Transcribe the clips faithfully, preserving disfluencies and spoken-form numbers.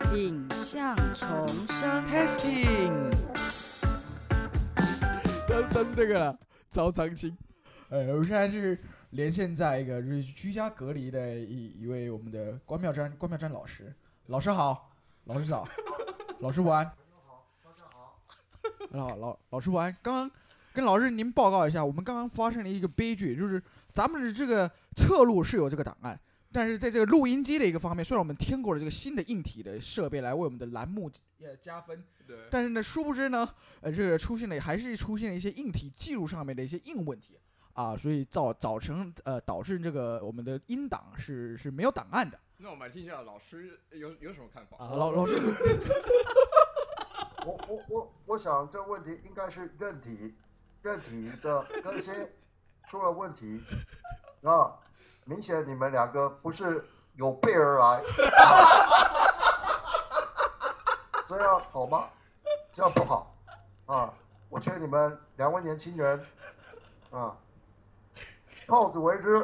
影像重生 testing， 登登这个了，超伤心。呃，我现在是连线在一个就是居家隔离的一一位我们的关妙瞻关妙瞻老师，老师好，老师早，老师午安。 大家好， 老老老师午安。刚刚跟老师您报告一下，我们刚刚发生了一个悲剧，就是咱们的这个侧录是有这个档案，但是在这个录音机的一个方面，虽然我们添购了这个新的硬体的设备来为我们的栏目呃加分， 对， 但是呢，殊不知呢，呃，这个出现了还是出现了一些硬体技术上面的一些硬问题啊，所以造造成呃导致这个我们的音档是是没有档案的。 那我们来听一下老师有有什么看法啊，老老师， 我我我我想这问题应该是韧体，韧体的更新出了问题，啊，明显你们两个不是有备而来，这样好吗？这样不好啊！我劝你们两位年轻人啊，好自为之。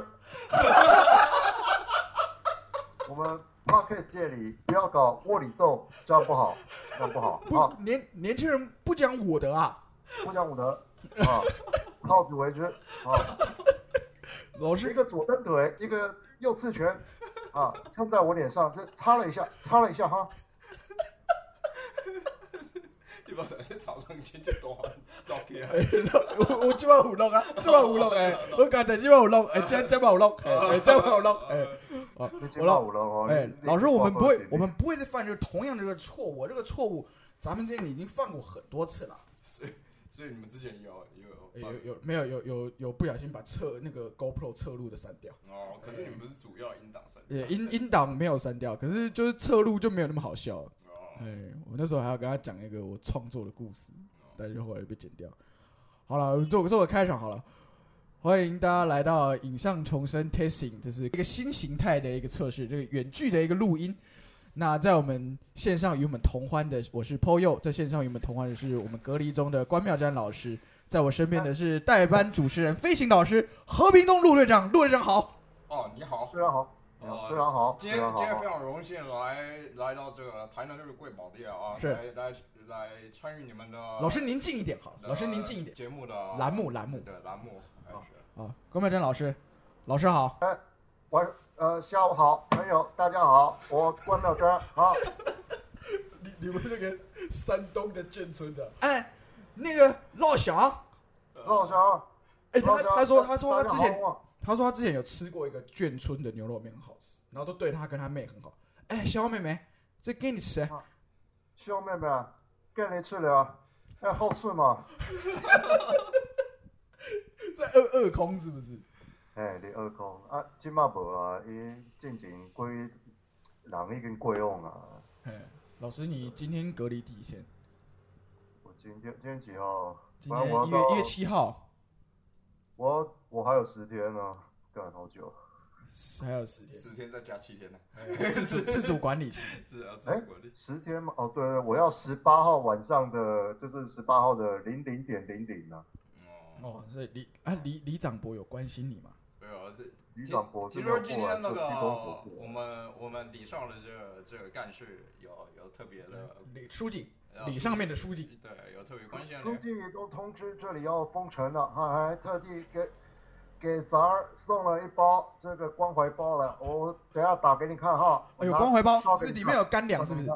我们 Podcast 界里不要搞窝里斗，这样不好，这样不好不啊！ 年年轻人不讲武德啊， 不讲武德啊，好自为之啊！ 老师一个左蹬腿，一个右刺拳啊，蹭在我脸上，这擦了一下，擦了一下哈。 你把在草上前就多老给啊！ 我我今晚有录啊，今晚有录哎，我刚才今晚有录，哎，今今晚有录，哎，今晚有录，哎，啊， 我老了哦， 哎，老师，我们不会，我们不会再犯这个同样这个错误，这个错误咱们之前已经犯过很多次了。 所以，所以你们之前有有有有没有有有有不小心把侧那个 GoPro 侧录的删掉？ 哦，可是你们不是主要音档删？ 对，音音档没有删掉，可是就是侧录就没有那么好笑了。 哦， 哎，我那时候还要跟他讲一个我创作的故事，但是后来被剪掉。好了，做做个开场好了。欢迎大家来到影像重生 testing， 这是一个新形态的一个测试，这个远距的一个录音。那在我们线上与我们同欢的，我是 Po Yo， 在线上与我们同欢的是我们隔离中的关妙瞻老师，在我身边的是代班主持人飞行导师何平东陆队长，陆队长好。 哦，你好， 非常好，非常好。 今天今天非常荣幸来来到这个台南这个贵宝地啊， 是来来来参与你们的。 老师您近一点好了，老师您近一点。 节目的栏目栏目对栏目。 啊，关妙瞻老师，老师好。 哎，晚呃下午好，朋友大家好，我关妙瞻啊。 你你们那个山东的眷村的，哎，那个老乡， 老乡， 哎，他他说他说他之前大家好他说他之前有吃过一个眷村的牛肉面，很好吃，然后都对他跟他妹很好。哎，小妹妹，这给你吃。 啊小妹妹，给你吃了，哎，好吃吗？ 在二二空是不是？ 哎，你二空啊，今嘛无啊，伊进前几人已经过往啊。 哎，老师，你今天隔离第几天？ 我今天今天几号？ 今天一月一月七号。 我我还有十天呢，干好久。 还有十天。 十天再加七天呢？ 自主自主管理期。 是啊，自主管理。 十天吗？哦，对对，我要十八号晚上的，就是十八号的零零点零零啊。 哦，所以李啊李李长博有关心你吗？ 没有，这李长博其实今天那个我们我们礼上的这个这个干事有有特别的李书记，礼上面的书记， 对，有特别关心。 书记都通知这里要封城了，还还特地给给咱儿送了一包这个关怀包来，我等一下打给你看哈。 哎呦，关怀包是里面有干粮是不是？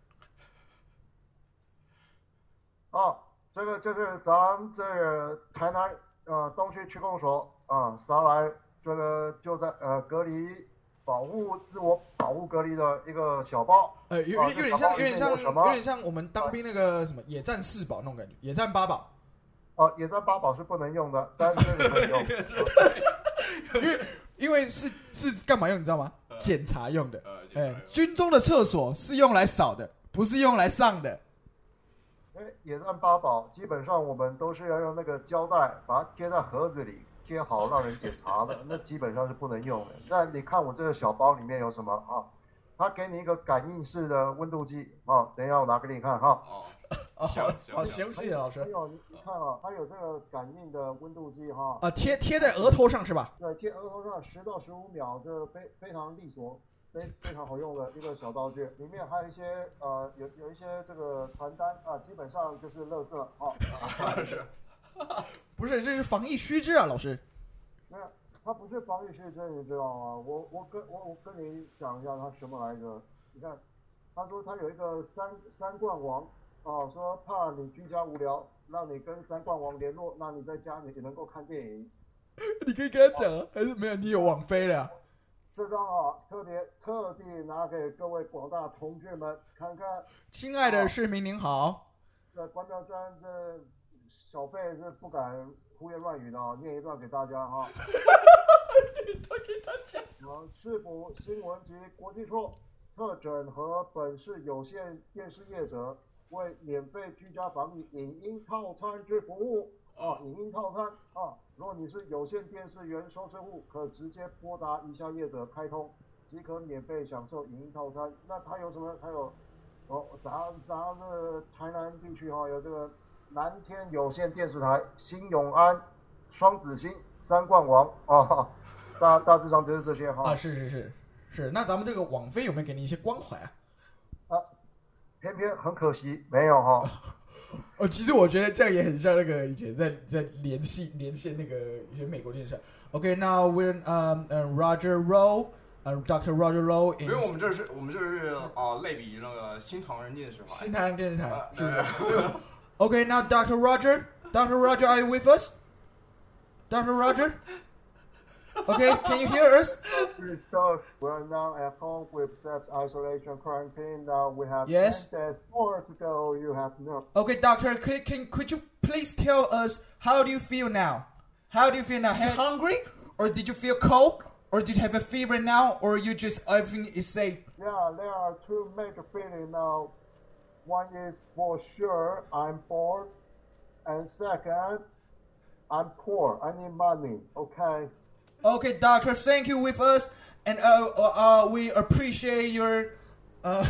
啊。这个就是咱这个台南呃东区区公所啊撒来这个就在呃隔离保护自我保护隔离的一个小包， 呃有有点像有点像有点像我们当兵那个什么野战四宝那种感觉，野战八宝。 哦，野战八宝是不能用的，但是你们用。 因为因为是是干嘛用你知道吗？检查用的。哎，军中的厕所是用来扫的，不是用来上的。 野战八宝基本上我们都是要用那个胶带把它贴在盒子里，贴好让人检查的，那基本上是不能用的。但你看我这个小包里面有什么啊？它给你一个感应式的温度计啊，等一下我拿给你看哈。 哦， 好，好，行，谢谢老师。 还有你看啊，它有这个感应的温度计哈。 啊，贴贴在额头上是吧？ 对，贴额头上十到十五秒，这非非常利索。 非非常好用的一个小道具，里面还有一些呃有有一些这个传单啊，基本上就是垃圾啊。 是， 不是，这是防疫须知啊，老师。 没有，它不是防御须知，你知道吗？我我跟我我跟你讲一下它什么来着？你看，他说他有一个三三冠王啊，说怕你居家无聊，让你跟三冠王联络，那你在家里也能够看电影。 你可以跟他讲啊，还是没有？你有网飞了、啊？ 这张啊，特别特地拿给各位广大同志们看看。 亲爱的市民您好， 这关妙山这小费是不敢胡言乱语的啊，念一段给大家哈。 你都给他讲。 呃，市府新闻及国际处特整合本市有线电视业者为免费居家防疫影音套餐之服务啊，影音套餐啊。如果你是有线电视源收视户，可直接拨打以下业者开通，即可免费享受影音套餐。那它有什么？它有哦，咱咱这台南地区哈、哦，有这个南天有线电视台、新永安、双子星、三冠王啊，大大致上就是这些哈。 啊，是是是是。那咱们这个网飞有没有给你一些关怀啊？ 啊，偏偏很可惜没有哈。 哦，其实我觉得这样也很像那个以前在在联系连线那个一些美国电视。OK，now、okay, we're um uh, Roger Rowe, uh, Doctor Roger Rowe. 因为我们这是我们这是啊、呃、类比那个新唐人电视台。 新唐人电视台、 啊、 是不是？OK，now、okay, Doctor Roger, Doctor Roger, are you with us? Doctor Roger? Okay, can you hear us? So we're now at home with self-isolation quarantine. Now we have yes. ten days more to go. You have no. Okay, doctor, could, can, could you please tell us how do you feel now? How do you feel now? Are you hungry? Or did you feel cold? Or did you have a fever now? Or you just everything is safe? Yeah, there are two major feelings now. One is for sure I'm bored. And second, I'm poor. I need money. Okay? Okay, doctor, thank you with us, and uh, uh, uh we appreciate your, uh,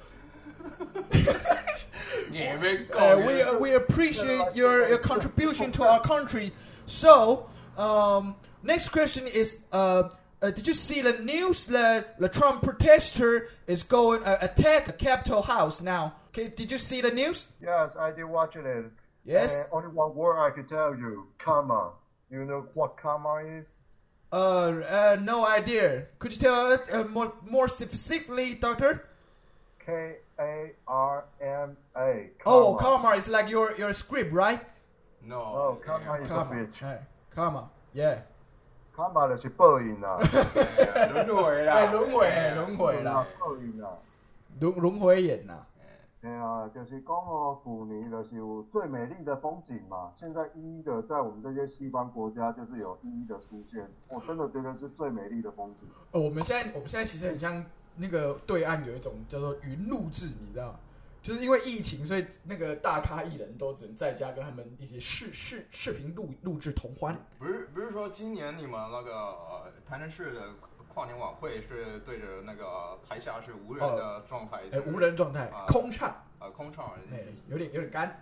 uh we uh, we appreciate your, your contribution to our country. So, um, next question is, uh, uh did you see the news that the Trump protester is going uh, attack a Capitol House now? Okay, did you see the news? Yes, I did watch it. Yes. Uh, only one word I could tell you: comma. You know what comma is? Uh, uh, no idea. Could you tell us uh, more, more specifically, doctor? K A R M A. Oh, comma is like your, your script, right? No. Oh, comma is comma. a bitch. Hey, comma, yeah. comma 就是报应啦。 轮回啦， 轮回，轮回啦， 报应啦。 轮轮回演啦。 对啊，就是讲哦，虎尼就是有最美丽的风景嘛。现在一一的在我们这些西方国家，就是有一一的出现，我真的觉得是最美丽的风景。 哦，我们现在我们现在其实很像那个对岸有一种叫做云录制，你知道吗？就是因为疫情，所以那个大咖艺人都只能在家跟他们一些视视视频录录制同欢。 不是不是说今年你们那个、呃、台南市的跨年晚会是对着那个台下是无人的状态， 哎、哦，无人状态、呃，空唱， 啊、呃，空唱， 哎，有点有点干。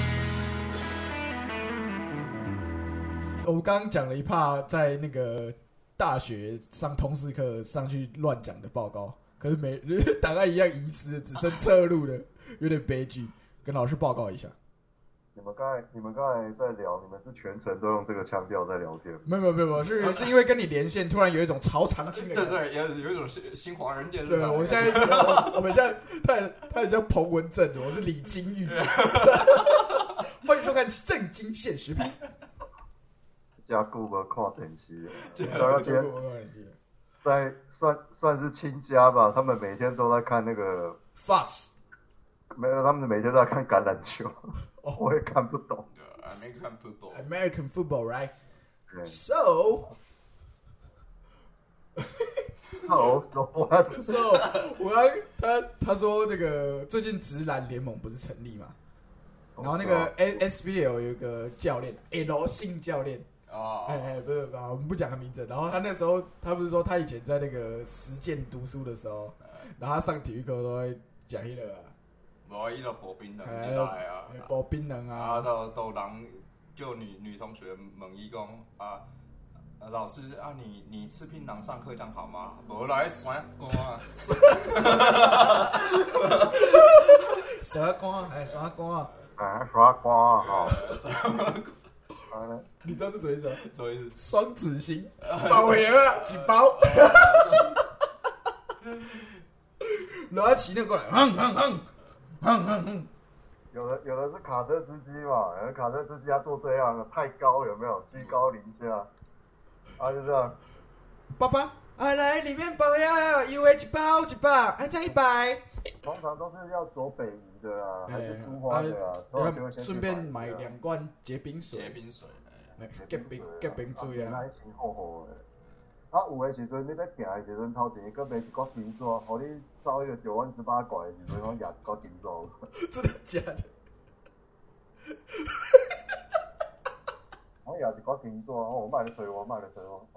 我们刚刚讲了一趴在那个大学上通识课上去乱讲的报告，可是没档案一样遗失，只剩侧录的，有点悲剧，跟老师报告一下。 你们刚才你们刚才在聊，你们是全程都用这个腔调在聊天？ 没有没有没有，是是因为跟你连线，突然有一种超常听的感觉。 对对，有有一种新新华人电视。 对，我现在我们现在他他很像彭文正，我是李金玉。欢迎收看《正经现实篇》。 加固没看电视， 加固没看电视。 在算算是亲家吧，他们每天都在看那个 Fox。 没有，他们每天都在看橄榄球，哦、我也看不懂。 American football. American football, right? So. So so what? So 我刚他他说那个最近职篮联盟不是成立嘛，然后那个 S B L 有一个教练 L 姓教练。 哦， 哎哎，不是，不，我们不讲他名字。然后他那时候，他不是说他以前在那个实践读书的时候，然后他上体育课都会讲迄个。 无伊就薄冰冷你来啊， 薄冰冷啊， 啊，都都人叫女女同学问伊讲啊呃，老师啊，你你吃槟榔上课这样好吗？我来甩光啊！ 甩光，哎，甩光啊！ 哎，刷光哈。 你知道这什么意思吗？ 什么意思？ 双子星，包回了几包。然后骑那个过来，哼哼哼，哼哼哼。 有的有的是卡车司机嘛，有的卡车司机他做这样太高有没有？居高临下，啊就这样。 爸爸，啊来里面包呀，一位一包一包，啊这样一百。 通常都是要走北宜的啊，还是苏花啊的啊，通常就会先去顺便买两罐结冰水。 结冰水， 哎，结冰结冰水啊。 那前厚厚的。啊，有的时阵你要行的时阵，头前佮买一罐金纸，互你走迄个九弯十八拐的时阵，讲也一罐金纸。 真的假的？ 我也一罐金纸，我买了水我买了水我。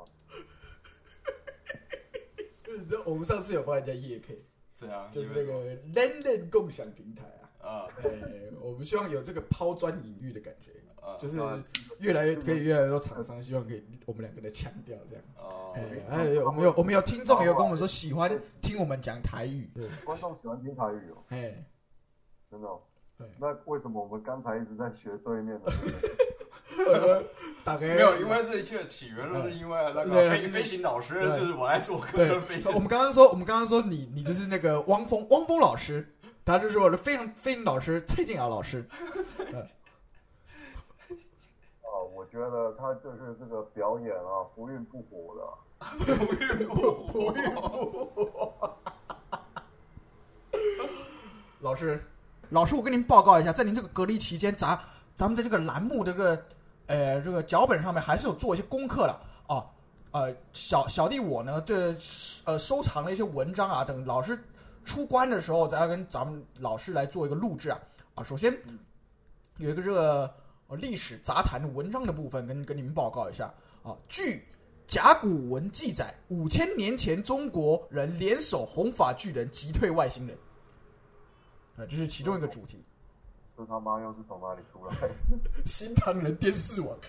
你知道我们上次有帮人家业配， 这样就是那个人人共享平台啊。 啊， 哎，我们希望有这个抛砖引玉的感觉， 啊就是越来越可以越来越多厂商希望可以我们两个的腔调这样。 哦， 哎，有我们有我们有听众也有跟我们说喜欢听我们讲台语，对， 观众喜欢听台语哦， 哎， 真的哦。 对那为什么我们刚才一直在学对面的？ 大概没有，因为这一切的起源都是因为那个飞飞行老师，就是我来做课对， 飞行。 我们刚刚说，我们刚刚说你你就是那个汪峰汪峰老师，他就是我的飞行飞行老师蔡健雅老师。 哦，我觉得他就是这个表演啊，不孕不火的。 不孕不不孕不火。老师，老师，我跟您报告一下，在您这个隔离期间，咱咱们在这个栏目这个呃这个脚本上面还是有做一些功课的啊。呃，小小弟我呢，这呃收藏了一些文章啊，等老师出关的时候，咱要跟咱们老师来做一个录制啊。啊，首先有一个这个呃历史杂谈的文章的部分，跟跟你们报告一下啊。据甲骨文记载，五千年前中国人联手红发巨人击退外星人，啊，这是其中一个主题。 这他妈又是从哪里出来？ 新唐人电视网，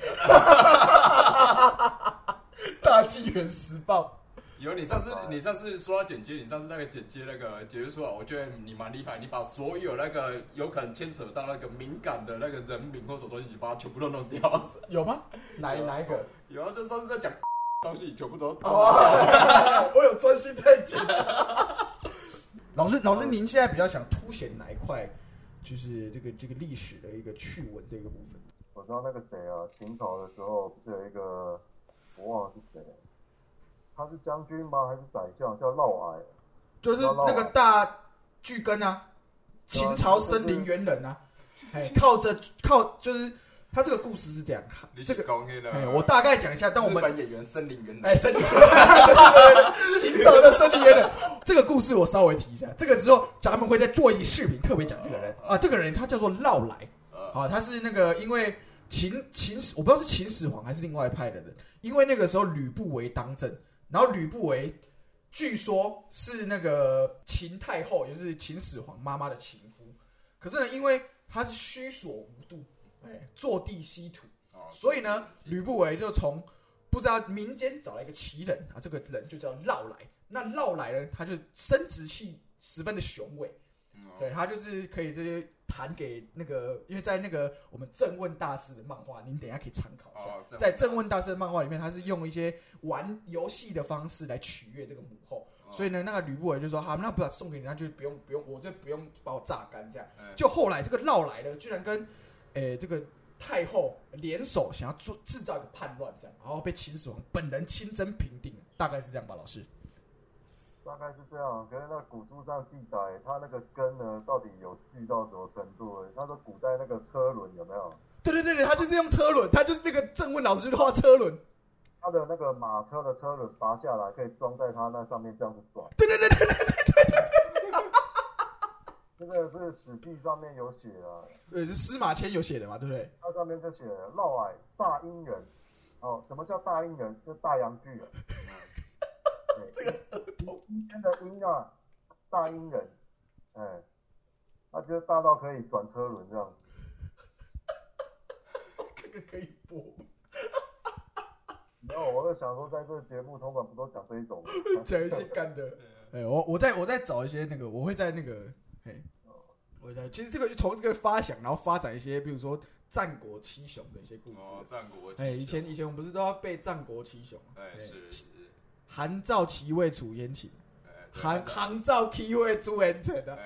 大纪元时报。 有你上次你上次说到剪接，你上次那个剪接那个解决出来，我觉得你蛮厉害，你把所有那个有可能牵扯到那个敏感的那个人名或什么东西，你把它全部都弄掉。 有吗？哪哪一个？ 有啊，就上次在讲东西，全部都。 哦，我有专心在讲。老师，老师，您现在比较想凸显哪一块？就是这个这个历史的一个趣闻这个部分。 我知道那个谁啊，秦朝的时候不是有一个，我忘了是谁，他是将军吗？还是宰相？叫嫪毐， 就是那个大巨根啊，秦朝森林猿人啊，哎，靠着靠就是他这个故事是这样，这个哎，我大概讲一下，但我们日本演员森林猿人， 哎，森林猿人，秦朝的森林猿人，这个故事我稍微提一下，这个之后咱们会再做一期视频，特别讲这个人啊，这个人他叫做嫪毐，啊，他是那个因为秦秦始，我不知道是秦始皇还是另外一派的人，因为那个时候吕不韦当政，然后吕不韦据说是那个秦太后，也就是秦始皇妈妈的情夫，可是呢，因为他是虚所无度，哎，坐地吸土，所以呢，吕不韦就从不知道民间找来一个奇人啊，这个人就叫嫪毐。那嫪毐呢，他就生殖器十分的雄伟，对他就是可以这些弹给那个，因为在那个我们郑问大师的漫画，您等一下可以参考一下，哦、在郑问大师的漫画里面，他是用一些玩游戏的方式来取悦这个母后，哦、所以呢，那个吕不韦就说好，那不送给你，那就不用不用，我就不用把我榨干这样。嗯、就后来这个嫪毐呢，居然跟诶这个太后联手，想要做制造一个叛乱这样，然后被秦始皇本人亲征平定，大概是这样吧，老师。 大概是这样，可是那古书上记载，它那个根呢，到底有锯到什么程度？他说古代那个车轮有没有？ 对对对对，他就是用车轮，他就是那个郑问老师就画车轮， 他的那个马车的车轮拔下来，可以装在他那上面这样子转。 对对对对对对对。 这个是史记上面有写啊， 对，是司马迁有写的嘛，对不对？ 它上面就写了嫪毐大殷人，哦，什么叫大殷人？就大洋巨人。 这个儿童阴间的阴啊，大殷人，哎，他觉得大到可以转车轮这样。 这个可以播吗？ 没有， 我在想说，在这个节目通常不都讲这一种吗？ 讲一些干的。哎，我我再我再找一些那个，我会在那个，哎，我在其实这个从这个发想，然后发展一些，比如说战国七雄的一些故事。 哦，战国七雄。 哎，以前以前我们不是都要背战国七雄？ 哎，是是。 韩赵齐魏楚燕秦。韩韩赵齐魏朱元成啊。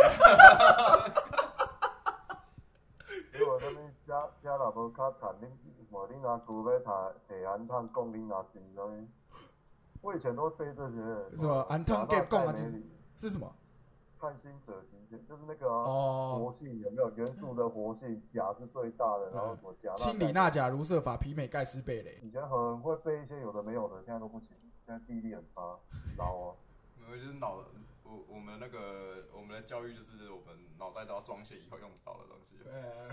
如果他们家家若无较谈，恁无恁阿舅要谈提安汤讲恁阿钱什么？我以前都背这些。 什么安汤给讲啊？是什么？ 看心者行险，就是那个、啊哦、活性有没有元素的活性，钾是最大的，然后什么钾。 氢锂钠钾如铯法媲美盖斯贝雷。 以前很会背一些有的没有的，现在都不行，现在记忆力很差，老哦。 没有，就是脑，我我们那个我们的教育就是我们脑袋都要装些以后用不到的东西。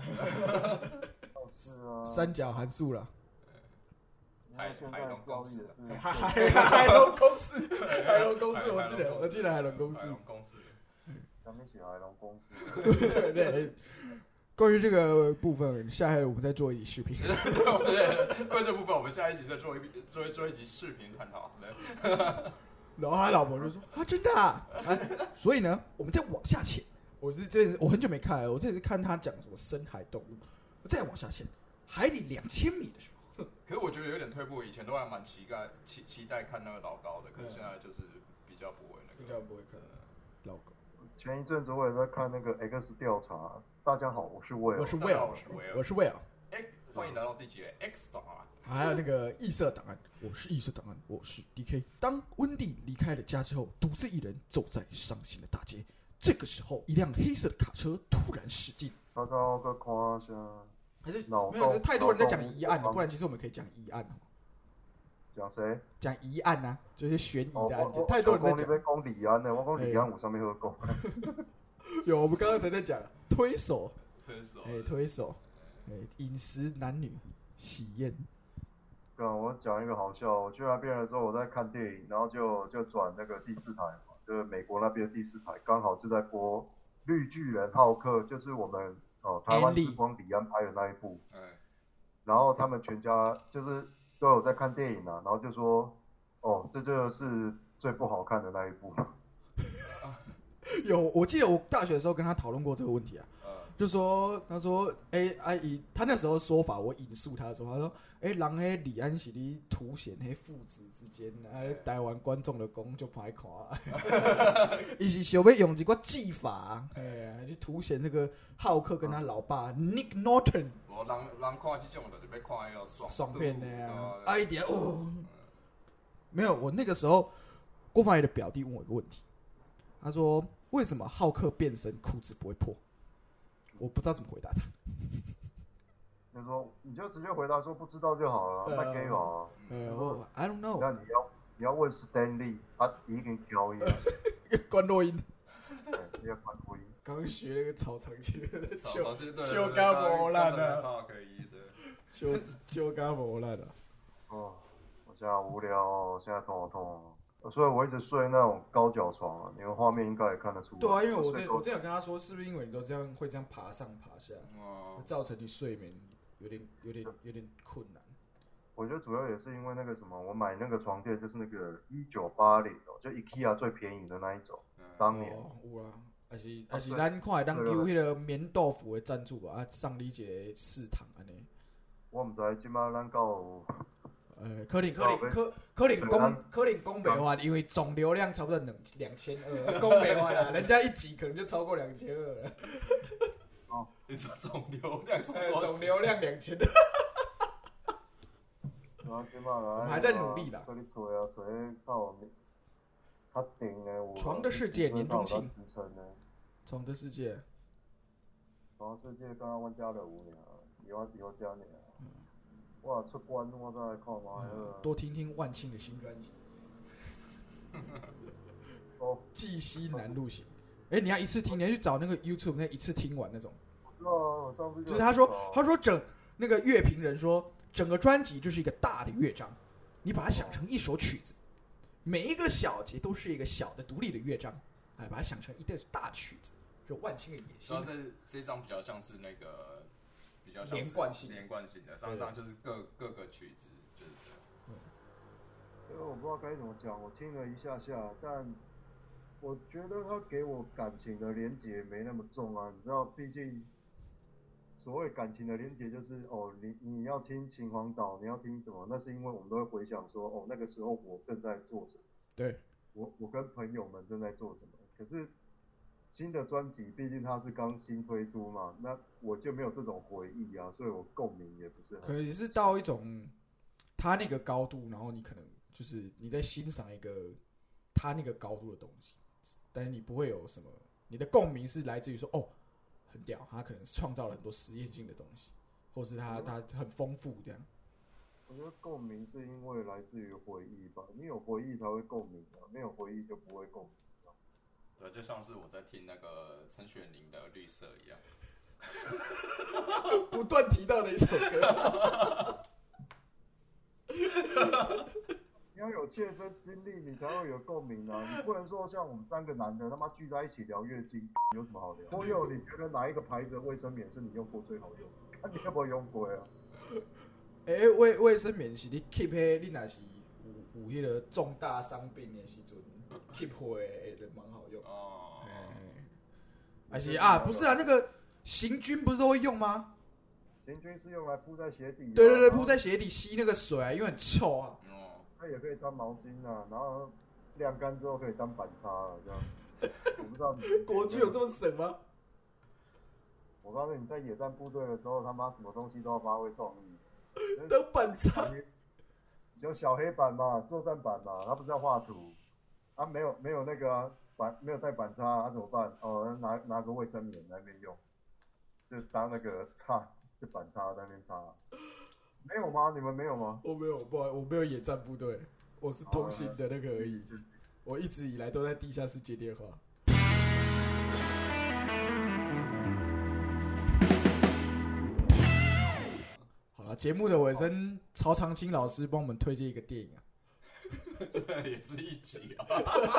是啊。 三角函数啦。 海海龙公式， 海海龙公式，海龙公式，我记得，我记得海龙公式。 海龙公式。 咱们写海龙公式。 对对。关于这个部分，下回我们再做一集视频。 对，关于这部分，我们下一集再做一做做一集视频探讨。 然后他老婆就说：“啊，真的啊！啊所以呢，我们再往下潜。我是这我很久没看了，我这次看他讲什么深海动物，我再往下潜，海里两千米的时候。 可是我觉得有点退步，以前都还蛮期待期期待看那个老高的，可是现在就是比较不会那个， 比较不会看老高。 前一阵子我也在看那个 X 调查。大家好，我是威尔， 我是威尔，我是威尔。 哎，欢迎来到这集的 X 档案。” 还有那个异色档案，我是异色档案，我是 D K。当温蒂离开了家之后，独自一人走在伤心的大街。这个时候，一辆黑色的卡车突然驶进。 刚刚个看一下， 还是没有？太多人在讲疑案了，不然其实我们可以讲疑案。 讲谁？ 讲疑案啊，就是悬疑的案件。 哦、 太多人在讲。 你在讲李安呢？我讲李安，我上面有讲。 有，我们刚刚才在讲推手， 推手， 哎，推手，哎，饮食男女喜宴。 对啊，我讲一个好笑，我去那边的时候，我在看电影，然后就就转那个第四台嘛，就是美国那边的第四台，刚好是在播《绿巨人浩克》，就是我们哦台湾之光李安拍的那一部。嗯。然后他们全家就是都有在看电影啊，然后就说，哦，这就是最不好看的那一部。 有，我记得我大学的时候跟他讨论过这个问题啊。就说，他说，哎、欸，阿、啊、姨，他那时候说法，我引述他的时候，他说，哎、欸，人迄李安是咧凸显迄父子之间，啊，台湾观众的功就歹看，伊是想要用一个技法，哎呀，去凸显这个浩克跟他老爸 Nick Norton。 我人人看这种就是要看那个爽爽片的啊，啊一点哦，没有，我那个时候郭防爷的表弟问我一个问题，他说，为什么浩克变身裤子不会破？我不知道怎么回答他。 就说你就直接回答说不知道就好了，那给我。 呃，我 I don't know。 那你要你要问 Stanley， 他已经调音。 关录音。 对，你要关录音。 刚学那个草长去， 秋秋干无烂的， 可以的。 秋秋干无烂的。 哦，我现在无聊哦，现在头好痛。所以我一直睡那种高脚床啊，你们画面应该也看得出来。 对啊，因为我这我这样跟他说，是不是因为你都这样会这样爬上爬下，哦、造成你睡眠有点有点有点困难？ 我觉得主要也是因为那个什么，我买那个床垫就是那个一九八零哦，就 IKEA 最便宜的那一种，嗯、当年。 哦，有啊，还是还是咱看会当有迄个棉豆腐的赞助吧，啊，送你一个试躺安尼。 我唔知即摆咱到。 呃，可能可能可可能讲可能讲袂完，因为总流量差不多两两千二，讲袂完啦，人家一集可能就超过两千二了。 哦，你说总流量？ 呃，总流量两千。 我们还在努力啦。床的世界年中庆。床的世界。 床的世界刚刚阮家了五年，以后以后加年。哇，出关我再来看嘛、嗯。 多听听万青的新专辑。哦，济西南路行。哎、欸，你要一次听，你要去找那个 YouTube 那一次听完那种。 是啊，我上次就。 就是他说，他说整那个乐评人说，整个专辑就是一个大的乐章，你把它想成一首曲子，每一个小节都是一个小的独立的乐章，哎，把它想成一个大的曲子，就万青的野心。 然后这这张比较像是那个。比较像连贯性， 连贯性的，上一张就是各各个曲子，就是这样。 嗯， 呃，我不知道该怎么讲，我听了一下下，但我觉得他给我感情的连结没那么重啊，你知道，毕竟所谓感情的连结就是哦，你你要听秦皇岛，你要听什么？那是因为我们都会回想说，哦，那个时候我正在做什么， 对， 我我跟朋友们正在做什么。可是新的专辑，毕竟它是刚新推出嘛，那我就没有这种回忆啊，所以我共鸣也不是很。 可能也是到一种他那个高度，然后你可能就是你在欣赏一个他那个高度的东西，但是你不会有什么，你的共鸣是来自于说哦很屌，他可能是创造了很多实验性的东西，或是他他很丰富这样。 我觉得共鸣是因为来自于回忆吧，你有回忆才会共鸣啊，没有回忆就不会共鸣。 对，就像是我在听那个陈雪凝的《绿色》一样， 不断提到的一首歌。 你要有切身经历，你才会有共鸣啊！你不能说像我们三个男的他妈聚在一起聊月经，有什么好聊？朋友，你觉得哪一个牌子的卫生棉是你用过最好用？看你有没有用过啊？ 诶、欸，卫卫生棉是你 keep 迄，你若是有有迄个重大伤病的时阵 keep 会会蛮好用。哦。还是啊，不是啊，那个行军不是都会用吗？ 行军是用来铺在鞋底、啊。 对对对，铺在鞋底吸那个水、啊，因为很臭啊。 哦。它也可以当毛巾啊，然后晾干之后可以当板擦啊，这样。我不知道你国军有这么省吗？ 我告诉你，在野战部队的时候，他妈什么东西都要发挥创意。 当板擦， 有小黑板嘛，作战板嘛，他不是要画图，啊没有没有那个、啊、板没有带板擦，他、啊、怎么办？哦，拿拿个卫生棉在那边用，就当那个擦，就板擦在那边擦。没有吗？你们没有吗？ 我没有，不，我没有野战部队，我是通信的那个而已。我一直以来都在地下室接电话。好了，节目的尾声，曹长青老师帮我们推荐一个电影啊。 这也是一集啊。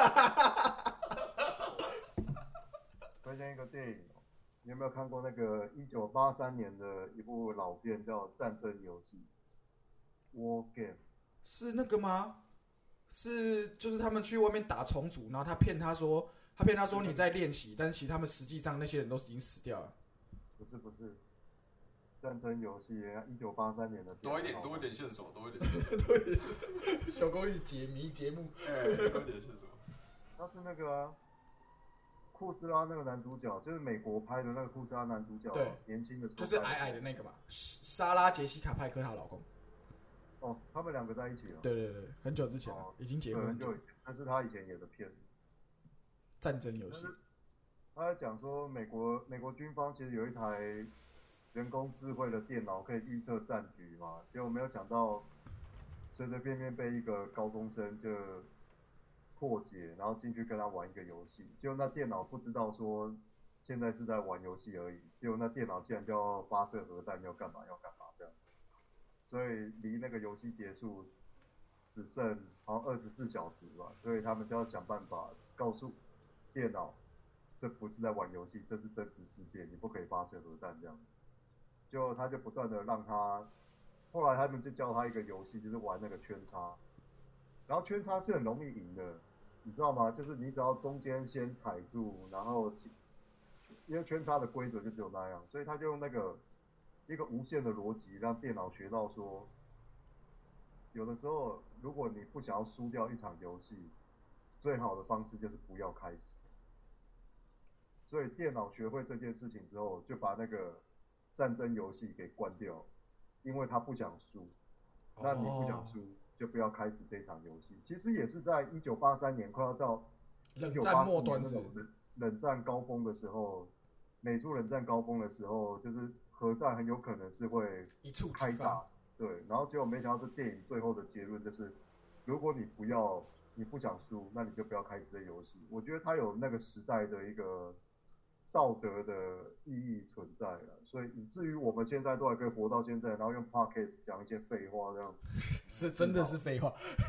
推荐一个电影，你有没有看过那个一九八三年的一部老片叫《战争游戏》？War Game 是那个吗？是就是他们去外面打重组，然后他骗他说，他骗他说你在练习，但是其实他们实际上那些人都已经死掉了。 不是不是。战争游戏，一九八三年的。 多一点，多一点线索，多一点线索， 多一点。小公寓解谜节目， 哎，多一点线索。 他是那个、啊、库斯拉那个男主角，就是美国拍的那个库斯拉男主角， 对， 年轻的时候就是矮矮的那个嘛，莎拉杰西卡派克她老公。 哦，他们两个在一起了。 对对对，很久之前了，哦、已经结婚很久。 那是他以前演的片。 战争游戏。 他在讲说，美国美国军方其实有一台人工智慧的电脑可以预测战局嘛，结果没有想到，随随便便被一个高中生就破解，然后进去跟他玩一个游戏，结果那电脑不知道说现在是在玩游戏而已，结果那电脑竟然就要发射核弹，要干嘛要干嘛这样，所以离那个游戏结束只剩好像二十四小时吧，所以他们就要想办法告诉电脑，这不是在玩游戏，这是真实世界，你不可以发射核弹这样。就他就不断的让他，后来他们就教他一个游戏，就是玩那个圈叉，然后圈叉是很容易赢的，你知道吗？就是你只要中间先踩住，然后因为圈叉的规则就只有那样，所以他就用那个一个无限的逻辑让电脑学到说，有的时候如果你不想要输掉一场游戏，最好的方式就是不要开始。所以电脑学会这件事情之后，就把那个战争游戏给关掉，因为他不想输。那你不想输，就不要开始这场游戏。其实也是在一九八三年快要到冷战末端是冷冷战高峰的时候，美苏冷战高峰的时候，就是核战很有可能是会一触开打。对，然后结果没想到这电影最后的结论就是，如果你不要，你不想输，那你就不要开始这游戏。我觉得它有那个时代的一个道德的意义存在了，所以以至于我们现在都还可以活到现在，然后用 podcast 讲一些废话这样， 是真的是废话。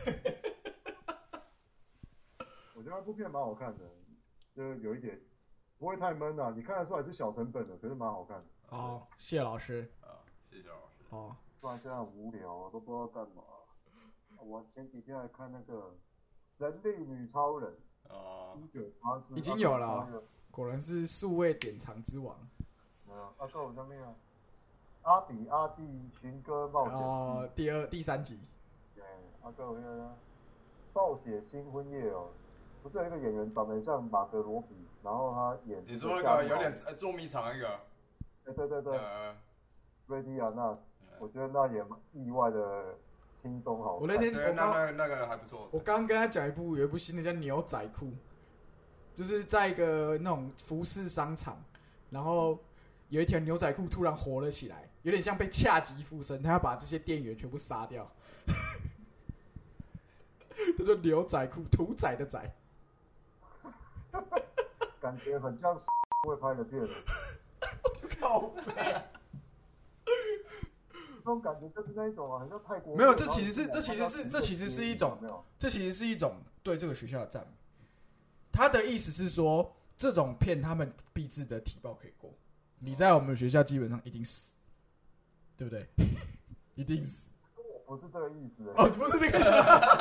我觉得那部片蛮好看的，就是有一点不会太闷啊，你看得出来是小成本的，可是蛮好看的。 哦，谢老师。 啊，谢谢老师。 哦， 不然现在很无聊，都不知道干嘛。 我前几天还看那个《神力女超人》 哦， 一九八四已经有了、哦，果然是数位典藏之王。 啊，啊，这我上面啊，阿比阿弟寻歌冒险记哦，第二第三集。 对，啊，这我那个暴血新婚夜哦，不是有一个演员长得很像马格罗比，然后他演你说那个有点呃捉迷藏那个？ 对对对对， 呃， 瑞蒂亚娜，我觉得那也意外的轻松好看。 我那天对， 我刚那那那个还不错。 我刚跟他讲一部有一部新的叫《牛仔裤》，就是在一个那种服饰商场，然后有一条牛仔裤突然活了起来，有点像被恰吉附身，他要把这些店员全部杀掉。这叫牛仔裤，屠宰的宰。 感觉很像会拍的片。 靠背。 这种感觉就是那一种啊，很像泰国。 没有，这其实是这其实是这其实是一种没有， 这其实是一种对这个学校的赞美。他的意思是说，这种片他们必制的体报可以过，你在我们学校基本上一定死，对不对？一定死。 不是这个意思、欸。 哦，不是这个意思。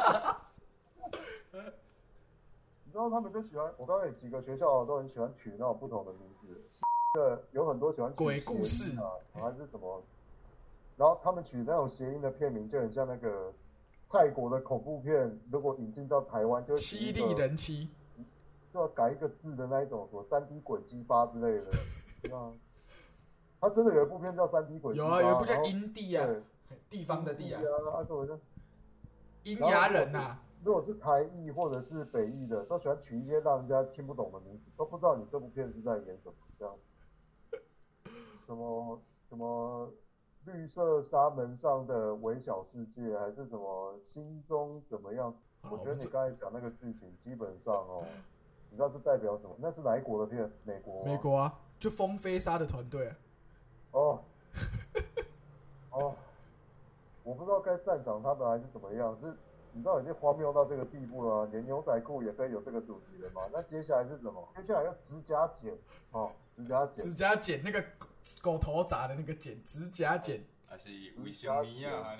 你知道他们就喜欢，我刚刚有几个学校都很喜欢取那种不同的名字，的有很多喜欢取鬼故事啊，还是什么，然后他们取那种谐音的片名就很像那个泰国的恐怖片，如果引进到台湾就七力人妻， 就要改一个字的那一种，什么三 D 鬼鸡巴之类的，对啊。他真的有一部片叫三 D 鬼鸡巴， 有啊，有一部叫阴地啊，地方的地啊， 啊，我就阴阳人呐、啊。 如果是台裔或者是北裔的，都喜欢取一些让人家听不懂的名字，都不知道你这部片是在演什么，这样。什么什么绿色纱门上的微小世界，还是什么心中怎么样？我觉得你刚才讲那个剧情，基本上哦，你知道这代表什么？那是哪一国的片？美国、啊。 美国啊，就风飞沙的团队、啊。 哦。哦。我不知道该赞赏他们还是怎么样，是。你知道已经荒谬到这个地步了、啊，连牛仔裤也可以有这个主题了吗？那接下来是什么？接下来要指甲剪哦，指甲剪， 指甲剪那个狗头铡的那个剪，指甲剪， 还是卫生棉啊？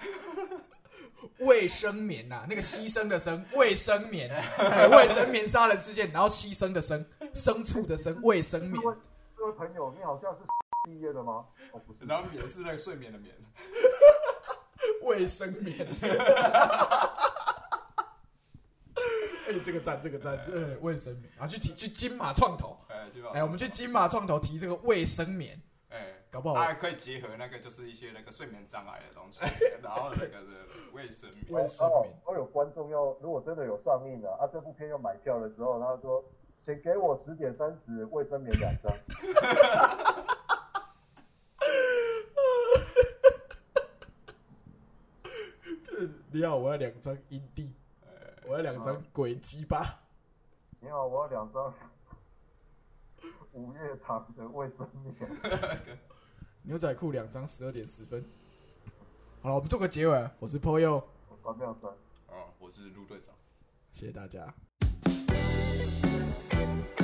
卫生棉呐、啊，那个牺牲的牲，卫生棉，卫生棉杀人事件，然后牺牲的牲，牲畜的牲，卫生棉。 这位朋友，你好像是毕业的吗？哦，不是， 然后棉是那个睡眠的棉。 卫生棉，哎、欸，这个赞，这个赞，呃，卫生棉啊，去提去金马创投，哎、欸，我们去金马创投提这个卫生棉，哎、欸，搞不好还可以结合那个就是一些那个睡眠障碍的东西，然后那个卫生棉， 卫生棉。 哦，有观众要，如果真的有上映了啊，这部片要买票的时候，他说，请给我十点三十卫生棉两张。 你好，我要两张阴地，我要两张鬼鸡巴。 你好，我要两张午夜场的卫生棉。 牛仔裤两张，十二点十分。好了，我们做个结尾。我是 Poyo， 我是妙山。 哦，我是陆队长。 谢谢大家。